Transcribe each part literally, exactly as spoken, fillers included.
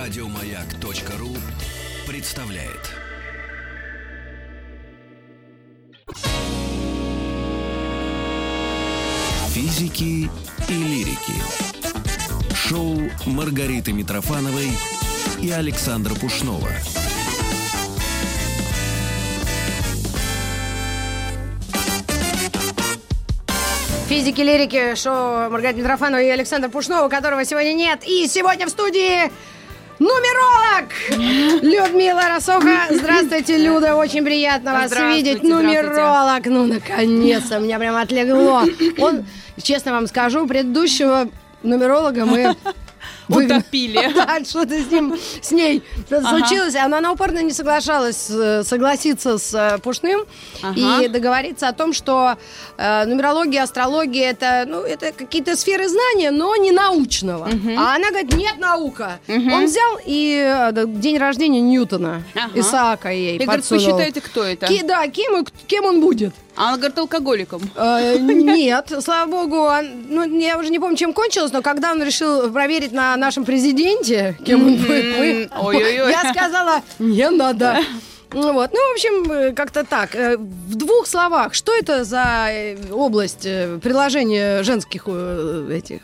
Радиомаяк.ру представляет. Физики и лирики. Шоу Маргариты Митрофановой и Александра Пушнова. Физики, лирики, шоу Маргарита Митрофанова и Александра Пушнова, которого сегодня нет. И сегодня в студии нумеролог Людмила Рассоха. Здравствуйте, Люда, очень приятно вас видеть. Нумеролог, ну, наконец-то, меня прям отлегло. Он, честно вам скажу, предыдущего нумеролога мы... Утопили. Да, что-то с ним, с ней ага. случилось. Она, она упорно не соглашалась согласиться с Пушным ага. и договориться о том, что э, нумерология, астрология это, ну, это какие-то сферы знания, но не научного. Угу. А она говорит, нет, наука. Угу. Он взял и э, день рождения Ньютона, ага. Исаака ей и подсунул. И говорит, посчитайте, кто это. Ки, да, кем, кем он будет. А она говорит, алкоголиком. Э, нет, слава богу, он, ну, я уже не помню, чем кончилось, но когда он решил проверить на нашем президенте, кем он будет, мы, я сказала, не надо. Ну, вот. ну, в общем, как-то так. В двух словах, что это за область приложения женских этих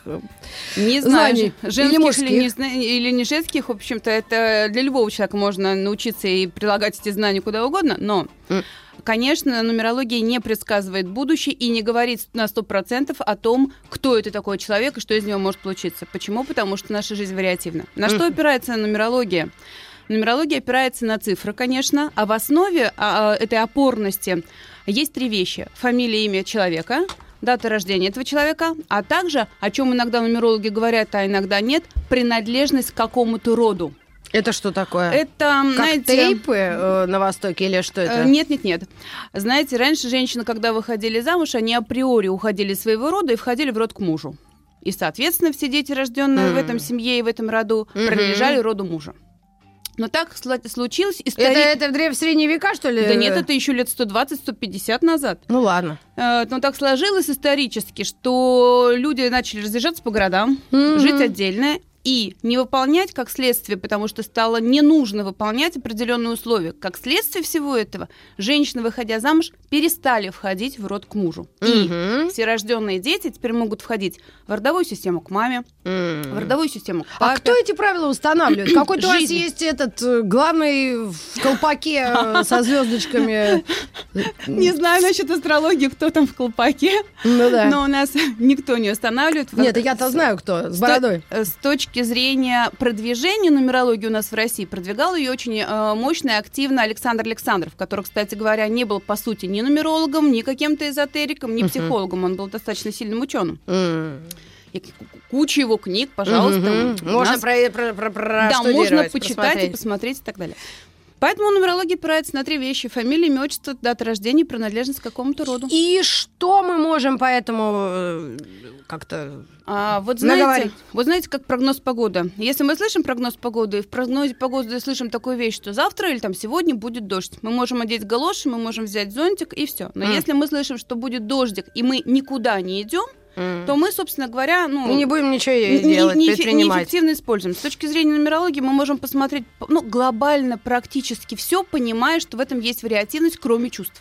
не знаний? Знаю, женских или, или, не, или не женских, в общем-то, это для любого человека можно научиться и прилагать эти знания куда угодно, но... Конечно, нумерология не предсказывает будущее и не говорит на сто процентов о том, кто это такой человек и что из него может получиться. Почему? Потому что наша жизнь вариативна. На что опирается нумерология? Нумерология опирается на цифры, конечно, а в основе а, этой опорности есть три вещи. Фамилия, имя человека, дата рождения этого человека, а также, о чем иногда нумерологи говорят, а иногда нет, принадлежность к какому-то роду. Это что такое? Это, как знаете, тейпы э, на Востоке или что это? Нет, нет, нет. Знаете, раньше женщины, когда выходили замуж, они априори уходили из своего рода и входили в род к мужу. И, соответственно, все дети, рожденные mm. в этом семье и в этом роду, mm-hmm. принадлежали роду мужа. Но так случилось. Историк... Это, это в древ... в средние века, что ли? Да нет, это еще лет сто двадцать - сто пятьдесят назад. Ну ладно. Но так сложилось исторически, что люди начали разъезжаться по городам, mm-hmm. жить отдельно. И не выполнять как следствие, потому что стало не нужно выполнять определенные условия. Как следствие всего этого, женщины, выходя замуж, перестали входить в род к мужу. Угу. И все рожденные дети теперь могут входить в родовую систему к маме, угу. в родовую систему к папе. А кто эти правила устанавливает? Какой-то у вас есть этот главный в колпаке со звездочками? Не знаю насчет астрологии, кто там в колпаке, но у нас никто не устанавливает. Нет, я-то знаю, кто, с бородой. С точки зрения продвижения нумерологии у нас в России продвигал ее очень э, мощно и активно Александр Александров, который, кстати говоря, не был, по сути, ни нумерологом, ни каким-то эзотериком, ни uh-huh. психологом. Он был достаточно сильным ученым. Uh-huh. И куча его книг, пожалуйста. Uh-huh. Можно нас... про, про, про, про да, можно почитать посмотреть. и посмотреть и так далее. Поэтому нумерология опирается на три вещи: фамилия, имя, отчество, дата рождения, принадлежность к какому-то роду. И что мы можем поэтому как-то а, вот знаете, вот знаете, как прогноз погоды. Если мы слышим прогноз погоды, и в прогнозе погоды слышим такую вещь, что завтра или там сегодня будет дождь, мы можем одеть галоши, мы можем взять зонтик и все. Но mm. если мы слышим, что будет дождик, и мы никуда не идем, Mm. то мы, собственно говоря, ну... Мы не будем ничего делать, не, предпринимать. Неэффективно используем. С точки зрения нумерологии мы можем посмотреть, ну, глобально практически все, понимая, что в этом есть вариативность, кроме чувств.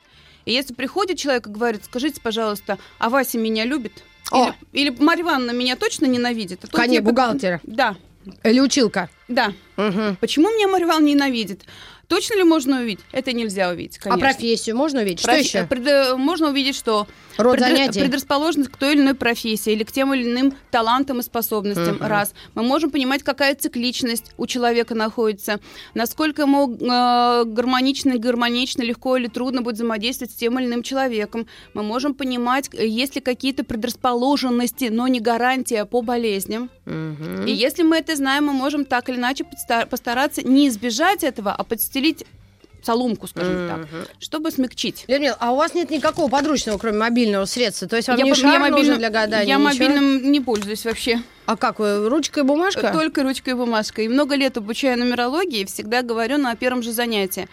И если приходит человек и говорит, скажите, пожалуйста, а Вася меня любит? Или, или Марья Ивановна меня точно ненавидит? А Конечно, бухгалтер. Да. Или училка. Да. Угу. Почему меня Марья Ивановна ненавидит? Точно ли можно увидеть? Это нельзя увидеть, конечно. А профессию можно увидеть? Проф... Что еще? Пред... Можно увидеть, что род предр... занятий. предрасположенность к той или иной профессии или к тем или иным талантам и способностям. Uh-huh. Раз. Мы можем понимать, какая цикличность у человека находится, насколько ему э, гармонично, гармонично, легко или трудно будет взаимодействовать с тем или иным человеком. Мы можем понимать, есть ли какие-то предрасположенности, но не гарантия по болезням. Uh-huh. И если мы это знаем, мы можем так или иначе постараться не избежать этого, а подстелить соломку, скажем mm-hmm. так, чтобы смягчить. Людмила, а у вас нет никакого подручного, кроме мобильного средства? То есть вам я не шар я нужен для гадания? Я ничего? мобильным не пользуюсь вообще. А как вы, ручка и бумажка? Только ручка и бумажка. И много лет обучаю нумерологии, всегда говорю на первом же занятии.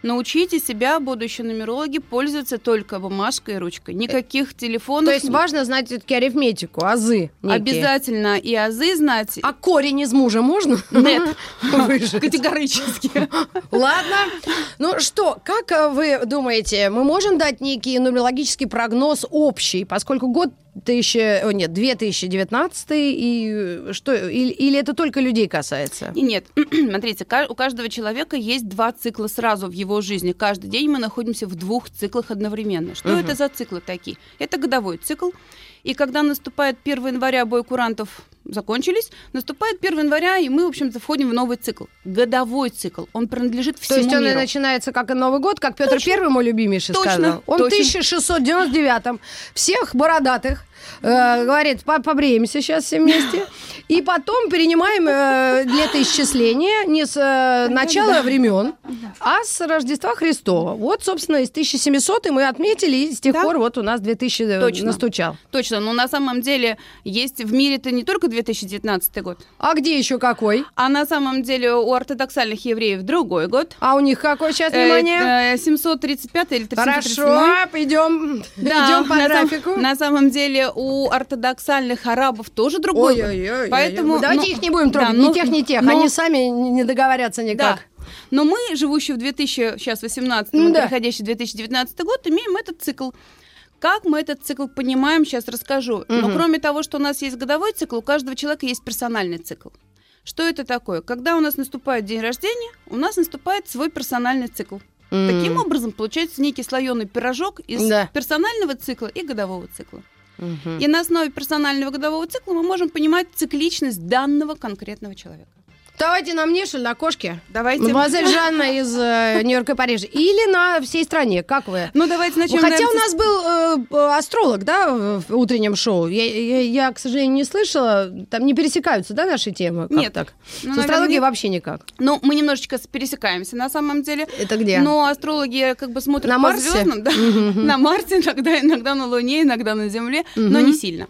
Научите себя, будущие нумерологи, пользоваться только бумажкой и ручкой. Никаких телефонов. То есть важно знать все-таки арифметику, азы некие. Обязательно и азы знать. А корень из мужа можно? Нет, категорически. Ладно. Ну что, как вы думаете, мы можем дать некий нумерологический прогноз общий, поскольку год тысяча, о, нет, две тысячи девятнадцатый, и что, или, или это только людей касается? И нет, смотрите, у каждого человека есть два цикла сразу в его жизни. Каждый день мы находимся в двух циклах одновременно. Что угу. это за циклы такие? Это годовой цикл. И когда наступает первого января, бой курантов закончились, наступает первого января, и мы, в общем-то, входим в новый цикл. Годовой цикл. Он принадлежит всему миру. То есть он и начинается как и Новый год, как Петр Первый, мой любимейший, точно, сказал. Он точно. в тысяча шестьсот девяносто девятом всех бородатых э, говорит, побреемся сейчас все вместе, и потом перенимаем э, летоисчисление не с э, начала времен, а с Рождества Христова. Вот, собственно, из тысяча семисотого мы отметили, и с тех да? пор вот у нас две тысячи точно. настучал. Точно, но на самом деле есть в мире-то не только две тысячи девятнадцатый год. А где еще какой? А на самом деле у ортодоксальных евреев другой год. А у них какой сейчас, внимание? семьсот тридцать пятый или семьсот тридцать седьмой. Хорошо, идем, да, идем по на графику. Сам, на самом деле у ортодоксальных арабов тоже другой год. Ой-ой-ой. Поэтому, давайте ну, их не будем трогать, да, ни но, тех, ни тех. Но... Они сами не договорятся никак. Да. Но мы, живущие в две тысячи восемнадцатом, да. переходящий в две тысячи девятнадцатый год, имеем этот цикл. Как мы этот цикл понимаем, сейчас расскажу. Угу. Но кроме того, что у нас есть годовой цикл, у каждого человека есть персональный цикл. Что это такое? Когда у нас наступает день рождения, у нас наступает свой персональный цикл. Mm. Таким образом, получается некий слоеный пирожок из да. персонального цикла и годового цикла. Mm-hmm. И на основе персонального годового цикла мы можем понимать цикличность данного конкретного человека. Давайте на мне, что ли, на кошке? Давайте. Мадемуазель Жанна из э, Нью-Йорка и Парижа. Или на всей стране. Как вы? Ну, давайте начнем. Хотя наверное, у нас был э, астролог, да, в утреннем шоу. Я, я, я, к сожалению, не слышала. Там не пересекаются, да, наши темы? Как Нет. Так? Ну, с астрологией не... вообще никак. Ну, мы немножечко пересекаемся, на самом деле. Это где? Но астрологи как бы смотрят на по Марсе? звездам. Да? На Марсе, иногда, иногда на Луне, иногда на Земле, но не сильно.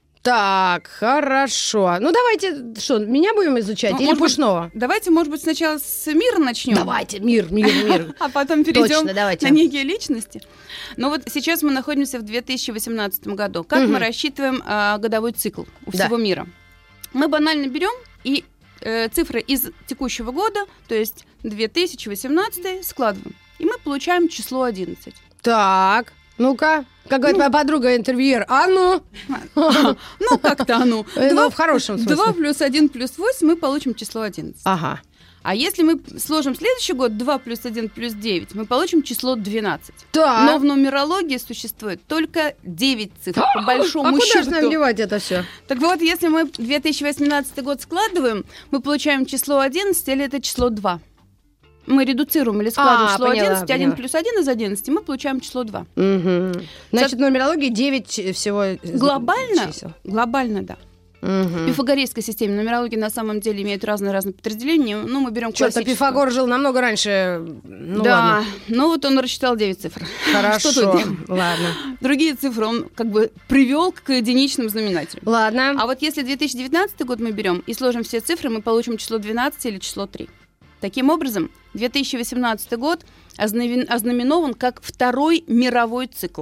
Так, хорошо. Ну, давайте, что, меня будем изучать ну, или Пушного? Быть, давайте, может быть, сначала с мира начнем. Давайте, мир, мир, мир. А потом перейдем Точно, давайте. на некие личности. Но вот сейчас мы находимся в две тысячи восемнадцатом году. Как угу. мы рассчитываем а, годовой цикл у да. всего мира? Мы банально берем и э, цифры из текущего года, то есть две тысячи восемнадцатый, складываем. И мы получаем число одиннадцать. Так, ну-ка. Как говорит ну, моя подруга интервьюер, а ну? Ну, как-то а ну. два, в хорошем смысле. два плюс один плюс восемь мы получим число одиннадцать. Ага. А если мы сложим следующий год, два плюс один плюс девять, мы получим число двенадцать. Да. Но в нумерологии существует только девять цифр, по большому а счету. А куда же нам девать это все? Так вот, если мы две тысячи восемнадцатый год складываем, мы получаем число одиннадцать или это число два. Мы редуцируем или складываем а, число поняла, одиннадцать, один плюс один из одиннадцати, мы получаем число два. Угу. Значит, в нумерологии девять всего глобально, чисел. Глобально, да. Угу. В пифагорейской системе нумерологии на самом деле имеют разные-разные подразделения. Ну, мы берем классическую. Что-то Пифагор жил намного раньше. Ну, да, ладно. ну вот он рассчитал девять цифр. Хорошо, Что тут ладно. Другие цифры он как бы привел к единичным знаменателям. Ладно. А вот если две тысячи девятнадцатый год мы берем и сложим все цифры, мы получим число двенадцать или число три. Таким образом, две тысячи восемнадцатый год ознаменован как второй мировой цикл.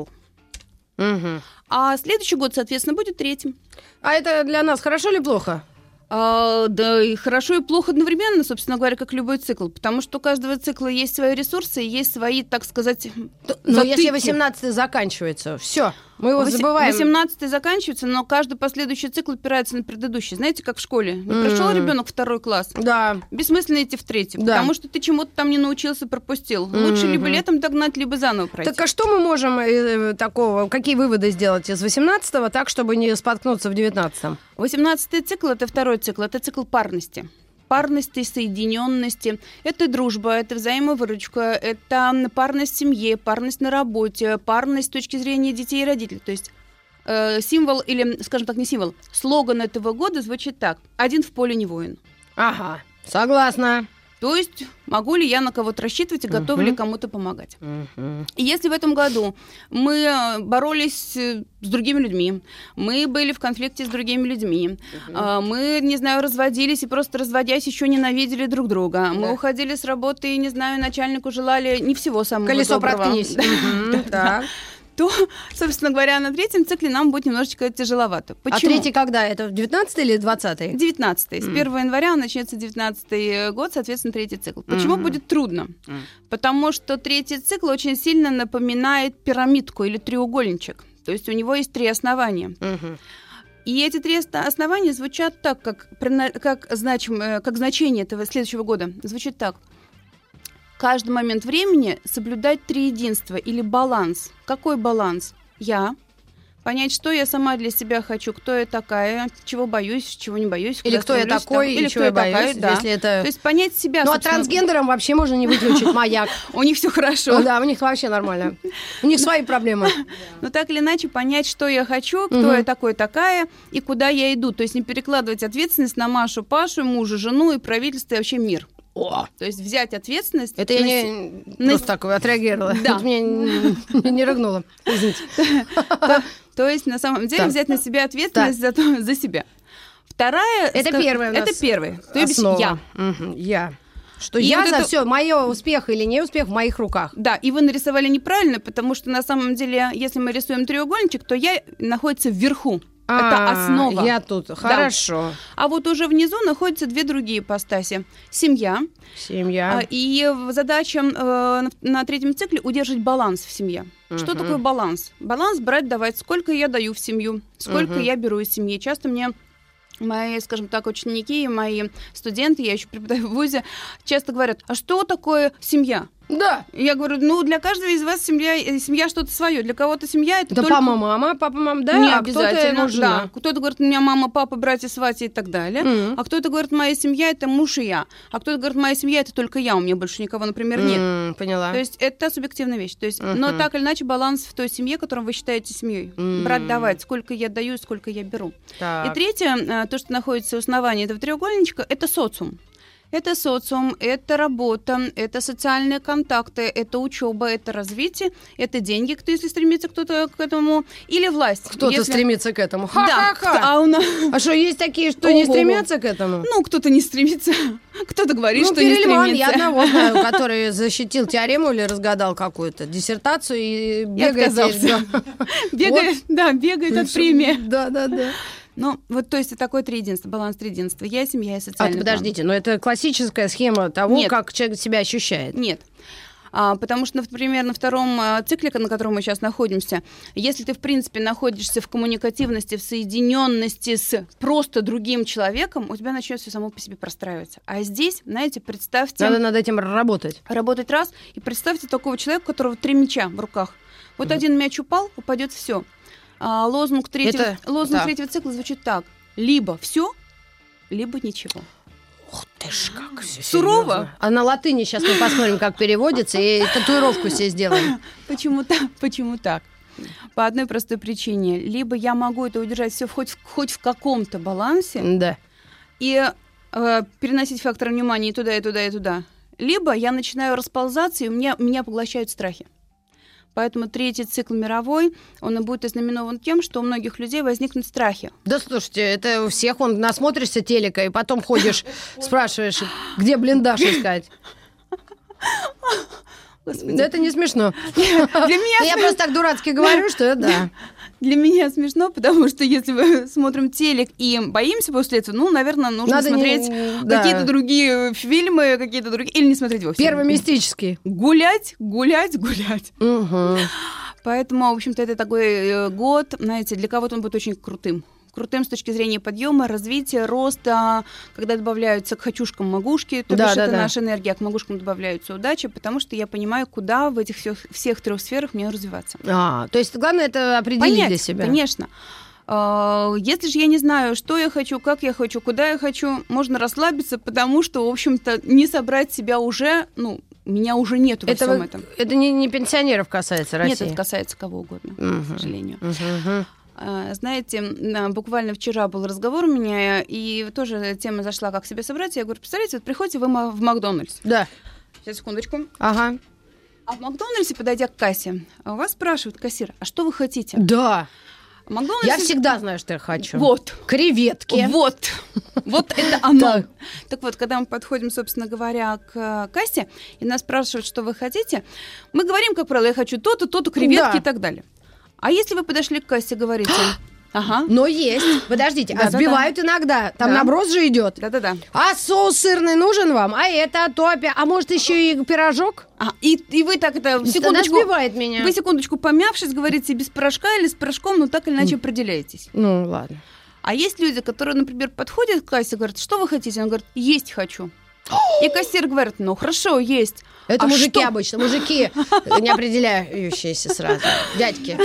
Угу. А следующий год, соответственно, будет третьим. А это для нас хорошо или плохо? А, да и хорошо, и плохо одновременно, собственно говоря, как любой цикл. Потому что у каждого цикла есть свои ресурсы, есть свои, так сказать, но если восемнадцатый заканчивается, все, мы его Вось- забываем. восемнадцатый заканчивается, но каждый последующий цикл опирается на предыдущий. Знаете, как в школе. Не mm. пришел ребенок второй класс. Да. Бессмысленно идти в третий, да. потому что ты чему-то там не научился, пропустил. Mm-hmm. Лучше либо летом догнать, либо заново пройти. Так а что мы можем э, такого, какие выводы сделать из восемнадцатого так, чтобы не споткнуться в девятнадцатом? восемнадцатый цикл — это второй цикл, это цикл парности. Парности, соединенности. Это дружба, это взаимовыручка, это парность в семье, парность на работе, парность с точки зрения детей и родителей. То есть э, символ, или, скажем так, не символ, слоган этого года звучит так: «Один в поле не воин». Ага, согласна. То есть могу ли я на кого-то рассчитывать и готова uh-huh. ли кому-то помогать. Uh-huh. И если в этом году мы боролись с другими людьми, мы были в конфликте с другими людьми, uh-huh. мы, не знаю, разводились и просто разводясь еще ненавидели друг друга, да. мы уходили с работы и, не знаю, начальнику желали не всего самого Колесо доброго. проткнись. Да. Uh-huh. Да. То, собственно говоря, на третьем цикле нам будет немножечко тяжеловато. Почему? А третий когда? Это девятнадцатый или двадцатый? девятнадцатый. Mm. С первого января начнется девятнадцатый год, соответственно, третий цикл. Почему mm-hmm. будет трудно? Mm. Потому что третий цикл очень сильно напоминает пирамидку или треугольничек. То есть у него есть три основания. Mm-hmm. И эти три основания звучат так, как, как, значим, как значение этого следующего года. Звучит так. Каждый момент времени соблюдать триединство или баланс. Какой баланс? Я. Понять, что я сама для себя хочу, кто я такая, чего боюсь, чего не боюсь. Или кто я такой, или и чего я боюсь. Да. Если это... То есть понять себя. Ну, а трансгендерам вообще можно не выключить маяк. У них все хорошо. Да, у них вообще нормально. У них свои проблемы. Но так или иначе понять, что я хочу, кто я такой, такая, и куда я иду. То есть не перекладывать ответственность на Машу, Пашу, мужа, жену и правительство и вообще мир. О. То есть взять ответственность... Это я на... не на... просто так отреагировала. Да. Вот меня не, не рыгнуло. Извините. То есть на самом деле взять на себя ответственность за себя. Вторая... Это первая у нас Это первая. То есть я. Я. Что я за все, мое успех или не успех в моих руках. Да, и вы нарисовали неправильно, потому что на самом деле, если мы рисуем треугольничек, то я находится вверху. А, это основа. Я тут. Хорошо. Да. А вот уже внизу находятся две другие ипостаси. Семья. Семья. И задача э, на третьем цикле удержать баланс в семье. Uh-huh. Что такое баланс? Баланс брать, давать. Сколько я даю в семью, сколько uh-huh. я беру из семьи. Часто мне мои, скажем так, ученики, мои студенты, я еще преподаю в вузе, часто говорят, а что такое семья? Да. Я говорю, ну, для каждого из вас семья, семья что-то свое. Для кого-то семья это да только... папа, мама, папа, мама, да, не а обязательно. Кто-то, жена. Да. Кто-то говорит, у меня мама, папа, братья, свати и так далее. Mm-hmm. А кто-то говорит, моя семья это муж и я. А кто-то говорит, моя семья это только я, у меня больше никого, например, нет. Mm-hmm. Поняла. То есть это субъективная вещь. То есть, mm-hmm. но так или иначе баланс в той семье, которую вы считаете семьей. Mm-hmm. Брать, давать, сколько я даю, сколько я беру. Так. И третье, то, что находится у основания этого треугольничка, это социум. Это социум, это работа, это социальные контакты, это учеба, это развитие, это деньги, кто если стремится кто-то к этому, или власть. Кто-то если... стремится к этому. Ха-ха-ха. Да. А, у нас... а что, есть такие, что не стремятся к этому? Ну, кто-то не стремится, кто-то говорит, ну, что не стремится. Я одного знаю, который защитил теорему или разгадал какую-то диссертацию и бегает. Бегает, да, бегает от премии. Да, да, да. Ну, вот, то есть, это такое триединство, баланс триединства. Я, семья и социальный А, подождите, план. Но это классическая схема того, Нет. как человек себя ощущает. Нет. А, потому что, например, на втором а, цикле, на котором мы сейчас находимся, если ты, в принципе, находишься в коммуникативности, в соединенности с просто другим человеком, у тебя начнет все само по себе простраиваться. А здесь, знаете, представьте... Надо над этим работать. Работать раз, и представьте такого человека, у которого три мяча в руках. Вот mm-hmm. один мяч упал, упадет все. А, лозунг третьего, Это... лозунг да. третьего цикла звучит так. Либо все, либо ничего. Ух ты ж, как все сурово. Серьезно. А на латыни сейчас мы посмотрим, как переводится, и татуировку себе сделаем. Почему так? Почему так? По одной простой причине. Либо я могу это удержать все хоть, хоть в каком-то балансе, да. и э, переносить фактор внимания и туда, и туда, и туда. Либо я начинаю расползаться, и у меня, меня поглощают страхи. Поэтому третий цикл мировой, он и будет ознаменован тем, что у многих людей возникнут страхи. Да слушайте, это у всех, он насмотришься телека, и потом ходишь, спрашиваешь, где блиндаж искать. Господи. Это не смешно. Для меня я просто так дурацки говорю, что да. Для меня смешно, потому что если мы смотрим телек и боимся после этого, ну, наверное, нужно Надо смотреть не... какие-то да. другие фильмы, какие-то другие... Или не смотреть вовсе. Первомистические. Гулять, гулять, гулять. Угу. Поэтому, в общем-то, это такой год, знаете, для кого-то он будет очень крутым. Крутым с точки зрения подъема, развития, роста, когда добавляются к хочушкам могушки, то да, бишь да, это да. наша энергия, а к могушкам добавляются удачи, потому что я понимаю, куда в этих всех, всех трех сферах мне развиваться. А, то есть главное это определить Понять, для себя. Конечно. Если же я не знаю, что я хочу, как я хочу, куда я хочу, можно расслабиться, потому что, в общем-то, не собрать себя уже, ну, меня уже нету во это всем вы, этом. Это не, не пенсионеров касается России? Нет, это касается кого угодно, угу. к сожалению. Угу. Знаете, буквально вчера был разговор у меня, и тоже тема зашла, как себе собрать. Я говорю, представляете, вот приходите вы в Макдональдс. Да. Сейчас, секундочку. Ага. А в Макдональдсе, подойдя к кассе, вас спрашивает кассир, а что вы хотите? Да. Макдональдс... Я всегда знаю, что я хочу. Вот. Креветки. Вот. Вот это оно. Так. Так вот, когда мы подходим, собственно говоря, к кассе, и нас спрашивают, что вы хотите, мы говорим, как правило, я хочу то-то, то-то, креветки Да. и так далее. А если вы подошли к кассе, говорите... Ага. Но есть. Подождите, а Да-да-да. сбивают иногда. Там Да. наброс же идет. Да-да-да. А соус сырный нужен вам? А это, то опять. А может еще и пирожок? А, и, и вы так это, Тогда секундочку, сбивает меня. вы секундочку помявшись, говорите без порошка или с порошком, но так или иначе определяетесь. Ну, ладно. А есть люди, которые, например, подходят к кассе и говорят, что вы хотите? Он говорит, есть хочу. И кассир говорит, ну хорошо, есть. Это А мужики что? обычно. Мужики не определяющиеся сразу. Дядьки.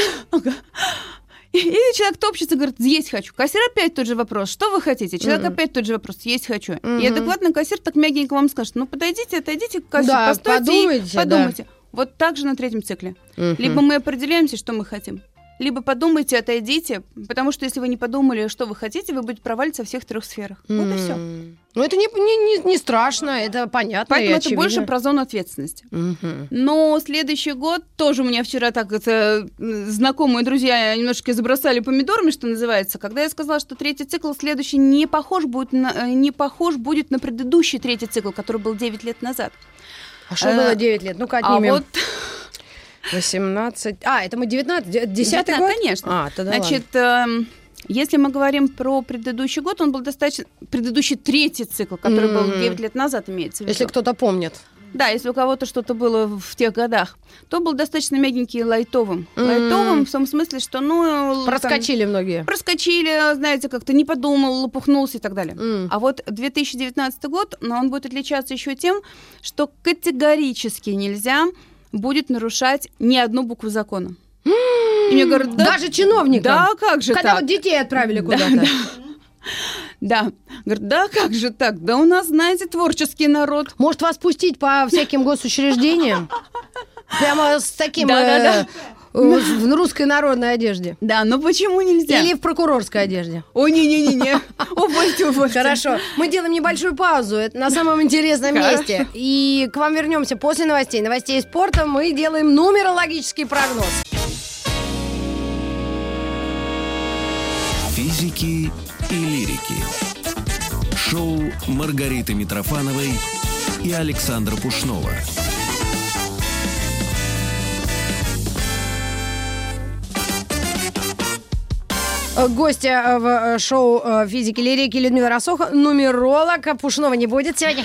И, и человек топчется, говорит, есть хочу. Кассир опять тот же вопрос, что вы хотите? Человек Мгм. опять тот же вопрос, есть хочу. Мгм. И адекватный кассир так мягенько вам скажет, ну подойдите, отойдите к кассе, Да, постойте подумайте, и подумайте. Вот так же на третьем цикле. Мгм. Либо мы определяемся, что мы хотим, либо подумайте, отойдите, потому что если вы не подумали, что вы хотите, вы будете проваливаться во всех трех сферах. Вот и все. М. Ну, это не, не, не, не страшно, это понятно. Поэтому и это очевидно. больше про зону ответственности. Мгм. Но следующий год тоже у меня вчера так это м, знакомые друзья немножко забросали помидорами, что называется, когда я сказала, что третий цикл следующий не похож будет на, э, не похож будет на предыдущий третий цикл, который был девять лет назад. А что Э, было девять лет? Ну-ка, А отнимем. вот, восемнадцать. А, это мы девятнадцать, десятый год? конечно. А, тогда ладно. Значит, эм, если мы говорим про предыдущий год, он был достаточно... Предыдущий третий цикл, который был Мгм. девять лет назад, имеется в виду. Если кто-то помнит. Да, если у кого-то что-то было в тех годах, то был достаточно мягенький и лайтовым. М. Лайтовым в том смысле, что, ну... там, Проскочили многие. проскочили, знаете, как-то не подумал, лопухнулся и так далее. М. А вот две тысячи девятнадцатый год, но он будет отличаться еще тем, что категорически нельзя будет нарушать ни одну букву закона. И мне говорят, да, Даже чиновникам. да, как же Когда так? вот детей отправили Да, куда-то. да. Да, говорит, да, как же так? Да у нас, знаете, творческий народ. Может, вас пустить по всяким госучреждениям? Прямо с таким... Да-да-да. э, в в русской народной одежде. Да, но почему нельзя? Или в прокурорской одежде. Ой, не-не-не-не, увольте, увольте. Хорошо. Мы делаем небольшую паузу. Это на самом интересном Хорошо. месте. И к вам вернемся после новостей. Новостей спорта мы делаем нумерологический прогноз. Физики и лирики. Шоу Маргариты Митрофановой и Александра Пушнова. Э, Гостья э, в э, шоу э, «Физики лирики» Людмила Росоха, нумеролог. А Пушнова не будет сегодня.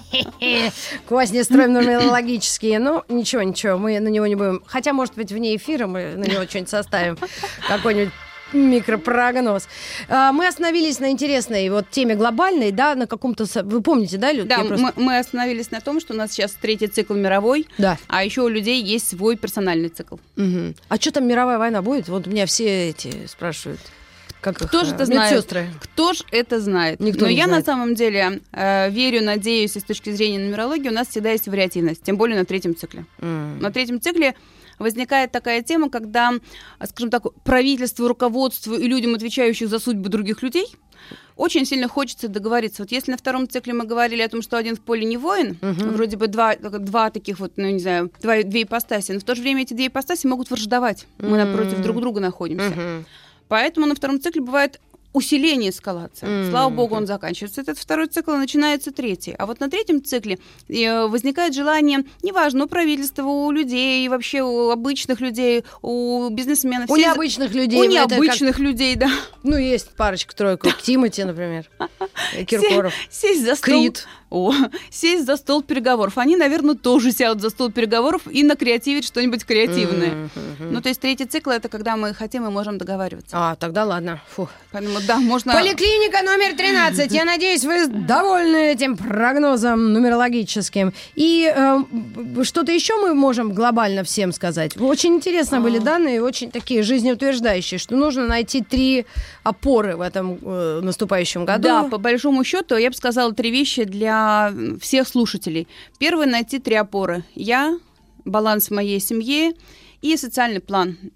Козни строим нумерологические. Ну, ничего, ничего, мы на него не будем. Хотя, может быть, вне эфира мы на него что-нибудь составим. Какой-нибудь микропрогноз. А, Мы остановились на интересной вот теме глобальной, да, на каком-то... со- Вы помните, да, Люд? Да, Я просто- мы, мы остановились на том, что у нас сейчас третий цикл мировой, Да. а еще у людей есть свой персональный цикл. Мгм. А что там мировая война будет? Вот меня все эти спрашивают. Как Кто их, же э, это знает? медсестры. Кто ж это знает? Никто Но не я знает. на самом деле э, верю, надеюсь, и с точки зрения нумерологии у нас всегда есть вариативность, тем более на третьем цикле. М. На третьем цикле возникает такая тема, когда, скажем так, правительству, руководству и людям, отвечающим за судьбы других людей, очень сильно хочется договориться. Вот если на втором цикле мы говорили о том, что один в поле не воин, Мгм. вроде бы два, два таких вот, ну не знаю, два, две ипостаси, но в то же время эти две ипостаси могут враждовать. Мы М. напротив друг друга находимся. Мгм. Поэтому на втором цикле бывает усиление эскалации. Мгм. Слава богу, он заканчивается. Этот второй цикл, и начинается третий. А вот на третьем цикле э, возникает желание, неважно, у правительства, у людей, и вообще у обычных людей, у бизнесменов. У все за- необычных людей. у это как- необычных людей, да. Ну, есть парочка-тройка. Тимати, например. Э, Киркоров. Сесть за стол. Крид. О, сесть за стол переговоров. Они, наверное, тоже сядут за стол переговоров и накреативить что-нибудь креативное. Мгм, мгм. Ну, то есть третий цикл — это когда мы хотим и можем договариваться. А, тогда ладно. Фу. Поэтому, да, можно... Поликлиника номер тринадцать. Я надеюсь, вы довольны этим прогнозом нумерологическим. И э, что-то еще мы можем глобально всем сказать. Очень интересно были данные, очень такие жизнеутверждающие, что нужно найти три опоры в этом э, наступающем году. Да, по большому счету, я бы сказала три вещи для всех слушателей. Первое — найти три опоры. Я, баланс в моей семье и социальный план.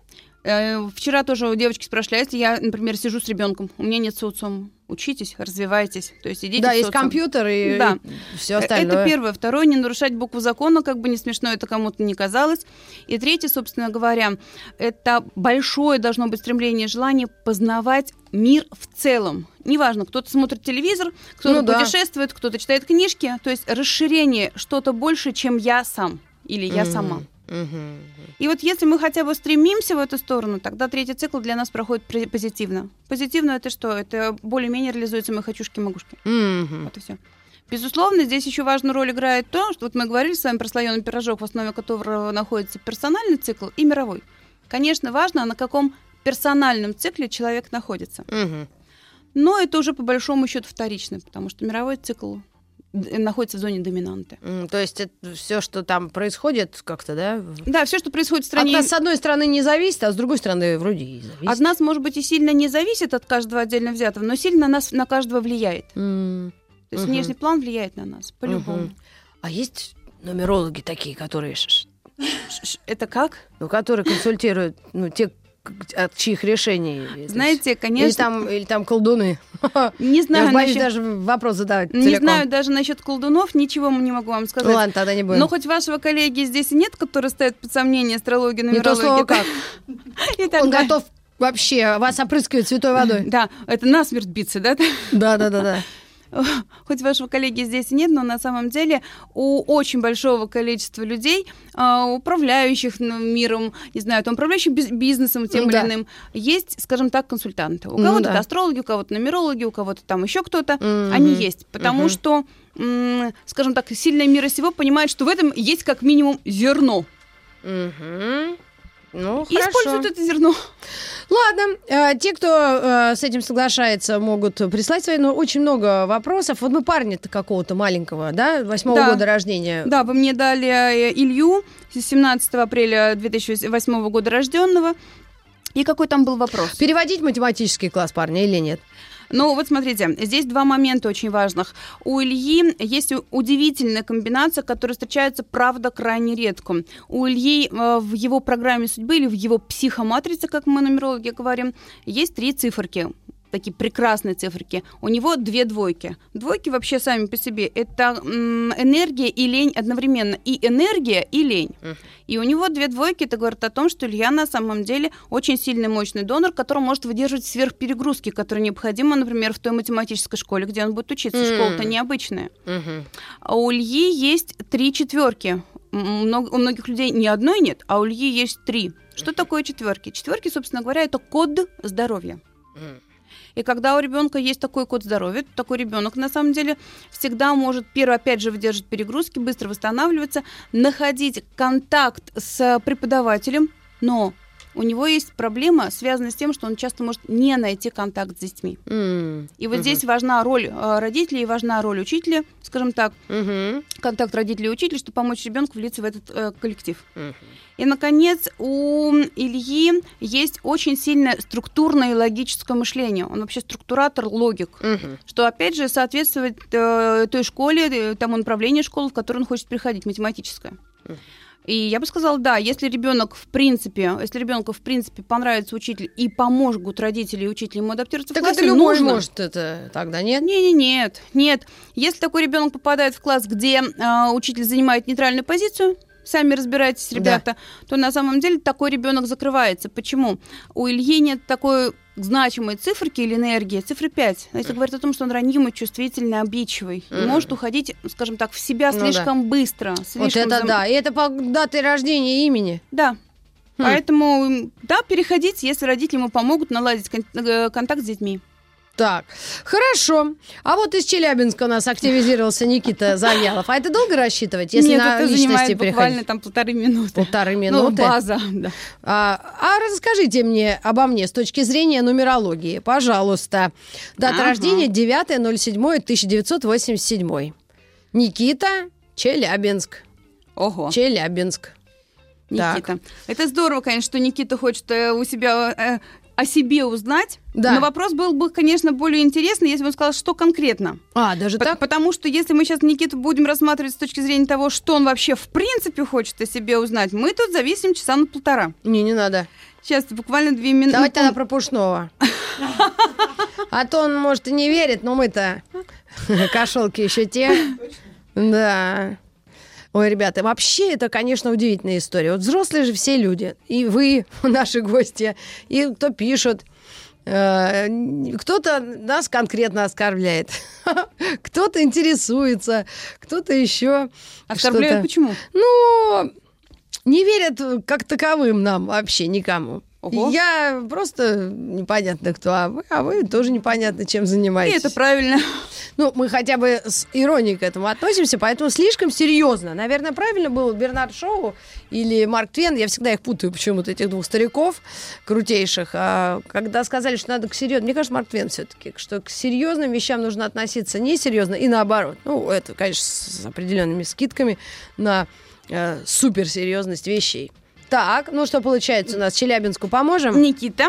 Вчера тоже у девочки спрашивали, если я, например, сижу с ребенком, у меня нет социума. Учитесь, развивайтесь, то есть идите да, в есть социум. компьютер и, да. и все остальное. Это первое. Второе, не нарушать букву закона, как бы не смешно это кому-то не казалось. И третье, собственно говоря, это большое должно быть стремление, желание познавать мир в целом. Неважно, кто-то смотрит телевизор, кто-то ну, путешествует, да. кто-то читает книжки, то есть расширение что-то больше, чем я сам или я mm-hmm. сама. Mm-hmm. И вот если мы хотя бы стремимся в эту сторону, тогда третий цикл для нас проходит позитивно. Позитивно это что? Это более-менее реализуются мои хочушки-могушки. Mm-hmm. Вот и все. Безусловно, здесь еще важную роль играет то, что вот мы говорили с вами про слоеный пирожок, в основе которого находится персональный цикл и мировой. Конечно, важно, на каком персональном цикле человек находится. Mm-hmm. Но это уже по большому счету вторично, потому что мировой цикл находится в зоне доминанты. Mm, то есть это все, что там происходит, как-то, да? Да, все, что происходит в стране. От нас, с одной стороны, не зависит, а с другой стороны, вроде и зависит. От нас, может быть, и сильно не зависит от каждого отдельно взятого, но сильно на нас, на каждого влияет. Mm. То есть uh-huh. внешний план влияет на нас, по-любому. Uh-huh. А есть нумерологи такие, которые... Это как? Ну, которые консультируют, ну, те, от чьих решений. Знаете, конечно... Или там, или там колдуны. Не знаю. Я боюсь насчет... даже вопрос задавать Не целиком. знаю даже насчет колдунов, ничего не могу вам сказать. Ну, ладно, тогда не будем. Но хоть вашего коллеги здесь нет, который ставит под сомнение астрологию, нумерологию. Не то слово как. И Он готов вообще вас опрыскивать святой водой. Да, это насмерть биться, да? Да-да-да. Хоть вашего коллеги здесь и нет, но на самом деле у очень большого количества людей, управляющих миром, не знаю, там, управляющих бизнесом тем да. или иным, есть, скажем так, консультанты. У Ну, кого-то да. это астрологи, у кого-то нумерологи, у кого-то там еще кто-то. Mm-hmm. Они есть, потому mm-hmm. что, м- скажем так, сильное мира сего понимает, что в этом есть как минимум зерно. Mm-hmm. Ну, И хорошо. используют это зерно. Ладно, э, те, кто э, с этим соглашается, могут прислать свои, но очень много вопросов. Вот мы парня-то какого-то маленького, да, восьмого Да. года рождения. Да, вы мне дали э, Илью, семнадцатого апреля две тысячи восьмого года рожденного. И какой там был вопрос? Переводить математический класс парня или нет? Ну, вот смотрите, здесь два момента очень важных. У Ильи есть удивительная комбинация, которая встречается, правда, крайне редко. У Ильи э, в его программе судьбы или в его психоматрице, как мы нумерологи говорим, есть три циферки. Такие прекрасные циферки. У него две двойки. Двойки вообще сами по себе это м, энергия и лень одновременно. И энергия, и лень. Uh. И у него две двойки. Это говорит о том, что Илья на самом деле очень сильный, мощный донор, который может выдерживать сверхперегрузки, которые необходимы, например, в той математической школе, где он будет учиться. Uh. Школа-то необычная. Uh-huh. А у Ильи есть три четверки. Много, у многих людей ни одной нет, а у Ильи есть три. Что uh-huh. такое четверки? Четверки, собственно говоря, это код здоровья. Uh. И когда у ребенка есть такой код здоровья, то такой ребенок на самом деле всегда может, первое, опять же, выдерживать перегрузки, быстро восстанавливаться, находить контакт с преподавателем, но у него есть проблема, связанная с тем, что он часто может не найти контакт с детьми. Mm. И вот uh-huh. здесь важна роль родителей и важна роль учителя, скажем так, uh-huh. контакт родителей и учителя, чтобы помочь ребенку влиться в этот э, коллектив. Uh-huh. И, наконец, у Ильи есть очень сильное структурное и логическое мышление. Он вообще структуратор, логик, uh-huh. что, опять же, соответствует э, той школе, тому направлению школы, в которую он хочет приходить, математическое. Uh-huh. И я бы сказала, да, если ребенок в принципе, если ребенку в принципе понравится учитель и помогут родители и учитель ему адаптироваться так в классе, это любой нужно. может это тогда, нет? Не, не, нет, нет. Если такой ребенок попадает в класс, где э, учитель занимает нейтральную позицию, сами разбирайтесь, ребята, да. то на самом деле такой ребенок закрывается. Почему? У Ильи нет такой значимой циферки или энергии, цифры пять. Если говорить о том, что он ранимый, чувствительный, обидчивый, mm. и может уходить, скажем так, в себя ну, слишком да. быстро. Слишком вот это зам... да. И это по дате рождения и имени. Да. Хм. Поэтому, да, переходите, если родители ему помогут наладить кон- контакт с детьми. Так, хорошо. А вот из Челябинска у нас активизировался Никита Завьялов. А это долго рассчитывать, если Нет, на это личности занимает переходить? буквально там полторы минуты. Полторы минуты? Ну, база, да. А, а расскажите мне обо мне с точки зрения нумерологии, пожалуйста. Дата ага. рождения девятое ноль седьмое тысяча девятьсот восемьдесят седьмой. Никита, Челябинск. Ого. Челябинск. Никита. Так. Это здорово, конечно, что Никита хочет у себя... о себе узнать, да. но вопрос был бы, конечно, более интересный, если бы он сказал, что конкретно. А, даже По- так? Потому что если мы сейчас Никиту будем рассматривать с точки зрения того, что он вообще в принципе хочет о себе узнать, мы тут зависим часа на полтора. Не, не надо. Сейчас, буквально две минуты. Давайте тогда про Пушного. А то он, может, и не верит, но мы-то кошелки еще те. Да. Ой, ребята, вообще это, конечно, удивительная история. Вот взрослые же все люди. И вы, наши гости, и кто пишет. Кто-то нас конкретно оскорбляет, кто-то интересуется, кто-то еще. Оскорбляют что-то. Почему? Ну, не верят как таковым нам вообще никому. Ого. Я просто непонятно кто, а вы, а вы тоже непонятно чем занимаетесь. И это правильно. Ну, мы хотя бы с иронией к этому относимся, поэтому слишком серьезно. Наверное, правильно был Бернард Шоу или Марк Твен, я всегда их путаю почему-то, этих двух стариков крутейших. А когда сказали, что надо к серьезным, мне кажется, Марк Твен все-таки, что к серьезным вещам нужно относиться несерьезно и наоборот. Ну, это, конечно, с определенными скидками на э, суперсерьезность вещей. Так, ну что получается у нас? Челябинску поможем? Никита.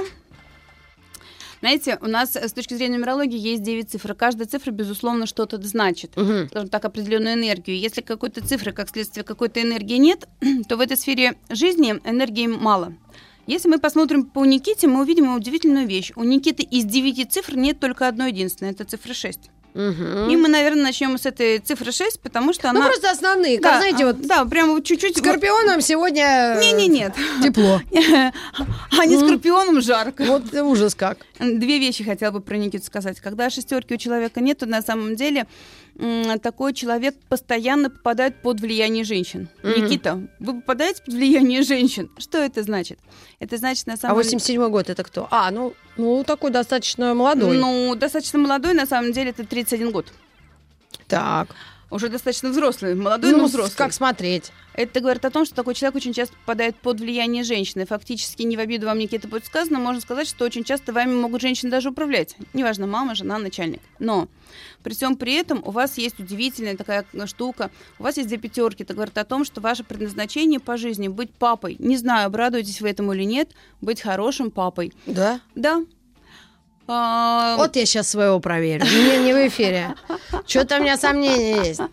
Знаете, у нас с точки зрения нумерологии есть девять цифр. Каждая цифра, безусловно, что-то значит. Угу. Скажем так, определенную энергию. Если какой-то цифры, как следствие какой-то энергии нет, то в этой сфере жизни энергии мало. Если мы посмотрим по Никите, мы увидим удивительную вещь. У Никиты из девяти цифр нет только одной единственной. Это цифра шесть. Угу. И мы, наверное, начнем с этой цифры шесть, потому что она... Ну, просто основные. Да, как, знаете, вот да, прямо вот чуть-чуть... Скорпионам сегодня Не-не-нет. тепло. А не скорпионам жарко. Вот ужас как. Две вещи хотела бы про Никиту сказать. Когда шестерки у человека нет, то на самом деле м, такой человек постоянно попадает под влияние женщин. Mm-hmm. Никита, вы попадаете под влияние женщин? Что это значит? Это значит, на самом А деле... восемьдесят седьмой год это кто? А, ну, ну такой достаточно молодой. Ну, достаточно молодой, на самом деле, это тридцать один год. Так. Уже достаточно взрослый. Молодой, Ну, но взрослый. как смотреть? Это говорит о том, что такой человек очень часто попадает под влияние женщины. Фактически, не в обиду вам, Никита, будет сказано, можно сказать, что очень часто вами могут женщины даже управлять. Неважно, мама, жена, начальник. Но при всем при этом у вас есть удивительная такая штука. У вас есть две пятерки. Это говорит о том, что ваше предназначение по жизни — быть папой. Не знаю, обрадуетесь вы этому или нет, быть хорошим папой. Да? Да. А... Вот я сейчас своего проверю. Не, не в эфире. Что-то у меня сомнения есть.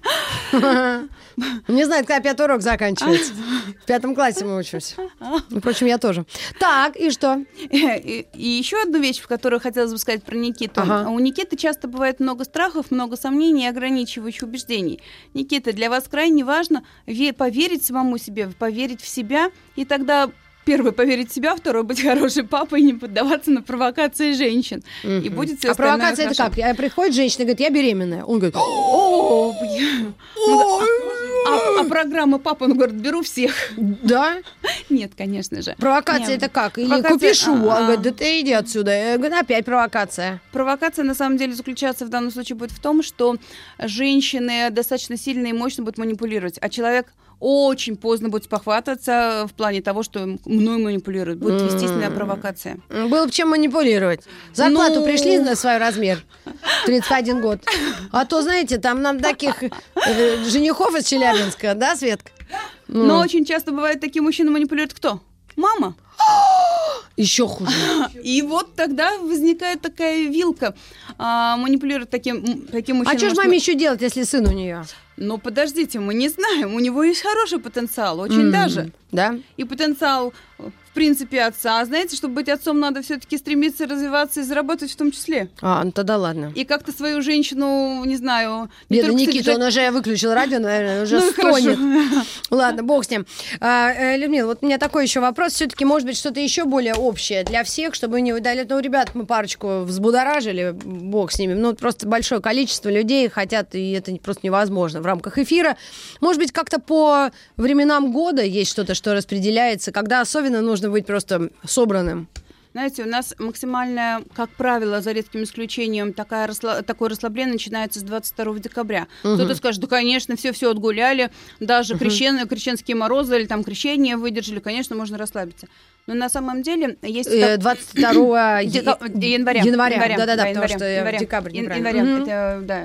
Не знаю, когда пятый урок заканчивается. В пятом классе мы учимся. Впрочем, я тоже. Так, и что? И, и еще одну вещь, которую хотелось бы сказать про Никиту. Ага. У Никиты часто бывает много страхов, много сомнений и ограничивающих убеждений. Никита, для вас крайне важно ве- поверить самому себе, поверить в себя, и тогда... Первое, поверить в себя, второе, быть хорошей папой и не поддаваться на провокации женщин. Mm-hmm. И будет все А остальное провокация это хорошо. как? Приходит женщина и говорит, я беременная. Он говорит, О, бля. А, а программа «Папа», он говорит, беру всех. да? Нет, конечно же. Провокация Нет. это как? Или Провокация- купи шу. Он а-а. говорит, да ты иди отсюда. Я говорю, опять провокация. Провокация, на самом деле, заключаться в данном случае будет в том, что женщины достаточно сильно и мощно будут манипулировать, а человек очень поздно будет спохватываться в плане того, что мной манипулируют. Будет естественная провокация. Было бы чем манипулировать. Зарплату Ну. пришли на свой размер. тридцать один год. А то, знаете, там нам таких э, женихов из Челябинска, да, Светка? Ну, Но очень часто бывает, такие мужчины манипулируют кто? Мама. еще хуже. И вот тогда возникает такая вилка. А, манипулировать таким, м, таким мужчиной. А что же может маме быть- еще делать, если сын у нее? Ну, подождите, мы не знаем. У него есть хороший потенциал, очень даже. Да? И потенциал, в принципе, отца. А знаете, чтобы быть отцом, надо все-таки стремиться развиваться и зарабатывать в том числе. А, ну тогда ладно. И как-то свою женщину, не знаю... не Бедный только Никита, содержать- он уже выключил радио, наверное, уже Ну и стонет. хорошо. Ладно, бог с ним. А, э, Людмила, вот у меня такой еще вопрос. Все-таки, может быть, что-то еще более общее для всех, чтобы вы не выдали. Ну, ребят, мы парочку взбудоражили, бог с ними. Ну, просто большое количество людей хотят, и это просто невозможно в рамках эфира. Может быть, как-то по временам года есть что-то, что распределяется, когда особенно нужно быть просто собранным. Знаете, у нас максимальная, как правило, за редким исключением, такая расслаб... такое расслабление начинается с двадцать второго декабря. Угу. Кто-то скажет, да, конечно, все-все отгуляли, даже угу. крещен... крещенские морозы или там крещение выдержали, конечно, можно расслабиться. Но на самом деле есть... двадцать второго января. Января, да-да-да, потому января, что января. декабрь Ян- неправильно. января, Мгм. это, да.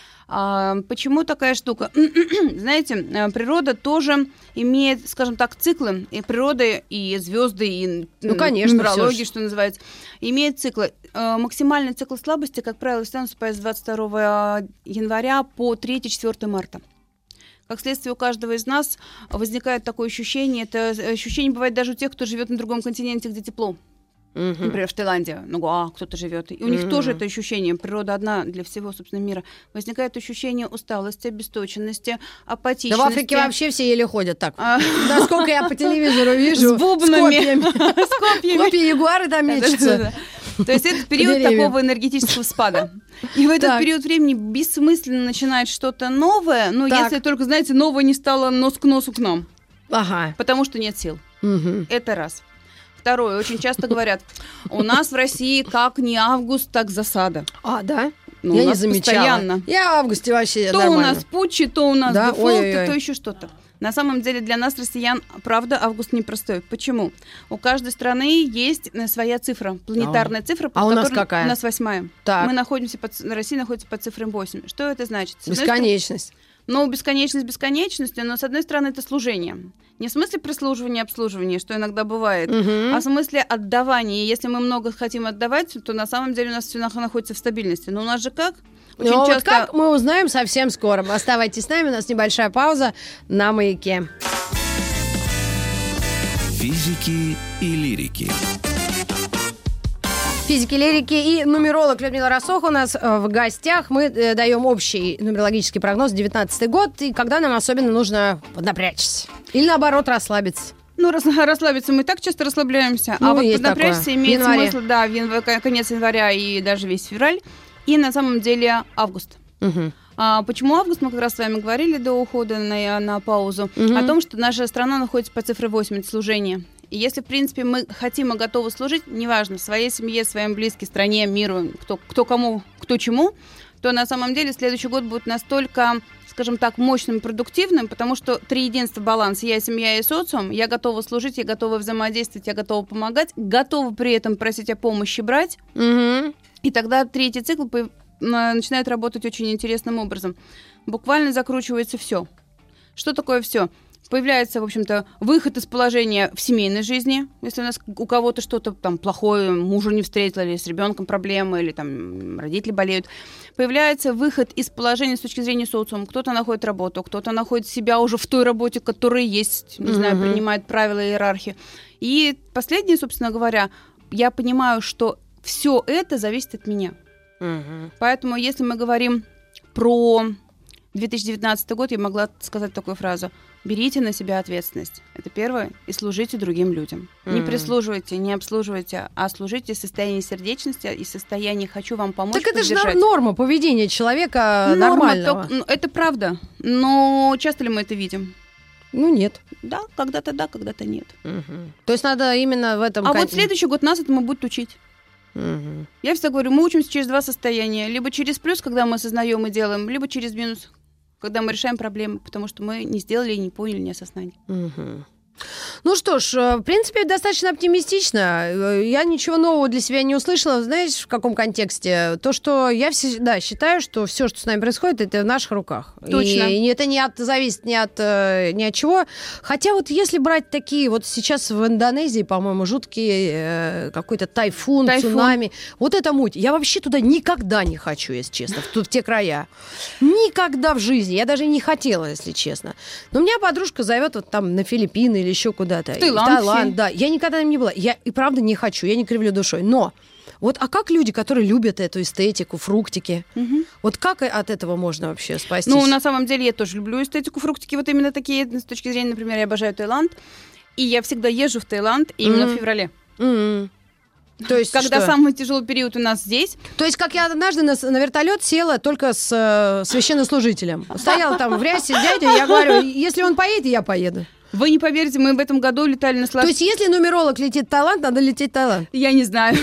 А, почему такая штука? Знаете, природа тоже имеет, скажем так, циклы. И природа, и звезды, и Ну, конечно, нумерология, всё что называется, имеет циклы. А, максимальный цикл слабости, как правило, всегда наступает с двадцать второго января по третьего-четвёртого марта. Как следствие, у каждого из нас возникает такое ощущение, это ощущение бывает даже у тех, кто живет на другом континенте, где тепло. Uh-huh. Например, в Таиланде, ну, а, кто-то живет. И у них uh-huh. тоже это ощущение, природа одна для всего, собственно, мира. Возникает ощущение усталости, обесточенности, апатичности. Да в Африке вообще все еле ходят так. Насколько я по телевизору вижу. С бубнами. С копьями. Копья ягуары там мечутся. То есть это период такого энергетического спада. И в этот так. период времени бессмысленно начинает что-то новое, но так. если только, знаете, новое не стало нос к носу к нам. Ага. Потому что нет сил. Угу. Это раз. Второе, очень часто говорят, у нас в России как не август, так засада. А, да? Ну, я у не нас замечала. Постоянно. Я в августе вообще то нормально. У нас путчи, то у нас да? дефолты, то еще что-то. На самом деле для нас, россиян, правда, август непростой. Почему? У каждой страны есть своя цифра, планетарная а цифра. А у нас какая? У нас восьмая. Так. Мы находимся под, Россия находится под цифрой восемь. Что это значит? Бесконечность. Ну, бесконечность бесконечностью, но, с одной стороны, это служение. Не в смысле прислуживания, обслуживания, что иногда бывает, угу. а в смысле отдавания. И если мы много хотим отдавать, то на самом деле у нас все находится в стабильности. Но у нас же как? Очень ну, часто... вот как мы узнаем совсем скоро. Оставайтесь с нами, у нас небольшая пауза на Маяке. Физики и лирики. Физики, лирики и нумеролог Людмила Рассоха у нас в гостях. Мы э, даем общий нумерологический прогноз девятнадцатый год, и когда нам особенно нужно поднапрячься. Или наоборот расслабиться. Ну, рас, расслабиться мы и так часто расслабляемся. Ну, а вот поднапрячься такое. имеет Январе. смысл, да, в янв... конец января и даже весь февраль. И на самом деле август. Угу. А, почему август? Мы как раз с вами говорили до ухода на, на паузу. Угу. О том, что наша страна находится по цифре восемь, это служение. И если, в принципе, мы хотим и готовы служить, неважно, своей семье, своим близким, стране, миру, кто, кто кому, кто чему, то на самом деле следующий год будет настолько, скажем так, мощным и продуктивным, потому что три единства баланс. Я, семья и социум. Я готова служить, я готова взаимодействовать, я готова помогать, готова при этом просить о помощи, брать. Угу. И тогда третий цикл по- начинает работать очень интересным образом. Буквально закручивается все. Что такое все? Появляется, в общем-то, выход из положения в семейной жизни. Если у нас у кого-то что-то там плохое, мужа не встретила, или с ребенком проблемы, или там родители болеют. Появляется выход из положения с точки зрения социума. Кто-то находит работу, кто-то находит себя уже в той работе, которая есть, не mm-hmm. знаю, принимает правила иерархии. И последнее, собственно говоря, я понимаю, что все это зависит от меня. Mm-hmm. Поэтому, если мы говорим про две тысячи девятнадцатый год, я могла сказать такую фразу: берите на себя ответственность. Это первое. И служите другим людям. Mm-hmm. Не прислуживайте, не обслуживайте, а служите в состоянии сердечности и в состоянии «хочу вам помочь». Так это поддержать. же норма поведения человека норма, нормального. Только, ну, это правда. Но часто ли мы это видим? Ну, нет. Да, когда-то да, когда-то нет. Угу. То есть надо именно в этом... А кон... вот следующий год нас этому будет учить. Угу. Я всегда говорю, мы учимся через два состояния. Либо через плюс, когда мы осознаем и делаем, либо через минус, когда мы решаем проблемы, потому что мы не сделали, не поняли, не осознали. Угу. Ну что ж, в принципе, достаточно оптимистично. Я ничего нового для себя не услышала. Знаешь, в каком контексте? То, что я всегда считаю, что все, что с нами происходит, это в наших руках. Точно. И это не от, зависит ни от, ни от чего. Хотя вот если брать такие, вот сейчас в Индонезии, по-моему, жуткий какой-то тайфун, тайфун, цунами. Вот это муть. Я вообще туда никогда не хочу, если честно, в, в те края. Никогда в жизни. Я даже не хотела, если честно. Но у меня подружка зовет вот там на Филиппины или еще куда-то. В Таиланд. В Таиланд, да. Я никогда там не была. Я и правда не хочу, я не кривлю душой. Но вот, а как люди, которые любят эту эстетику, фруктики, угу. вот как от этого можно вообще спастись? Ну, на самом деле, я тоже люблю эстетику, фруктики. Вот именно такие, с точки зрения, например, я обожаю Таиланд. И я всегда езжу в Таиланд именно mm-hmm. в феврале. Mm-hmm. То есть когда что? Самый тяжелый период у нас здесь. То есть, как я однажды на, на вертолет села только с э, священнослужителем. Стоял там в рясе дядя, я говорю, если он поедет, я поеду. Вы не поверите, мы в этом году летали на Славке. То есть, если нумеролог летит в Таиланд, надо лететь в Таиланд? Я не знаю.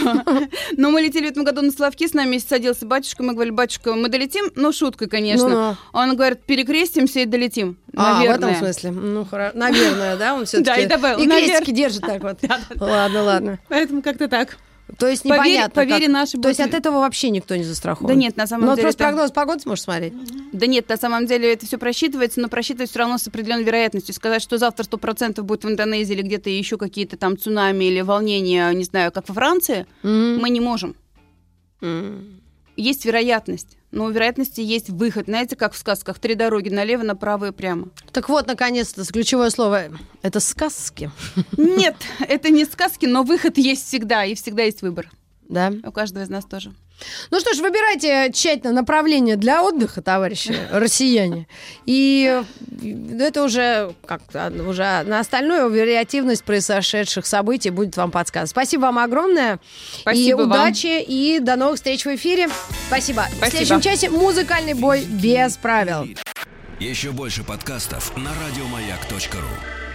Но мы летели в этом году на Славки, с нами садился батюшка, мы говорили, батюшка, мы долетим? Ну, шуткой, конечно. Ну-ну. Он говорит, перекрестимся и долетим. А, наверное. в этом смысле? Ну, хорошо. Наверное, да? Он все-таки... Да, и добавил. И крестики держит так вот. Ладно, ладно. Поэтому как-то так. То есть непонятно. Поверь, поверь как... наши... То есть от этого вообще никто не застрахован? Да нет, на самом но деле... Ну, просто это... прогноз погоды сможешь смотреть? Да нет, на самом деле это все просчитывается, но просчитывается все равно с определенной вероятностью. Сказать, что завтра сто процентов будет в Индонезии или где-то еще какие-то там цунами или волнения, не знаю, как во Франции, mm-hmm. мы не можем. Mm-hmm. есть вероятность. Но у вероятности есть выход. Знаете, как в сказках, три дороги, налево, направо и прямо. Так вот, наконец-то, ключевое слово – это сказки. Нет, это не сказки, но выход есть всегда, и всегда есть выбор. Да? У каждого из нас тоже. Ну что ж, выбирайте тщательно направление для отдыха, товарищи россияне. И это уже, как уже на остальную вариативность произошедших событий будет вам подсказывать. Спасибо вам огромное. Спасибо и вам. удачи, и до новых встреч в эфире. Спасибо. Спасибо. В следующем часе музыкальный бой без правил. Еще больше подкастов на радиомаяк точка ру.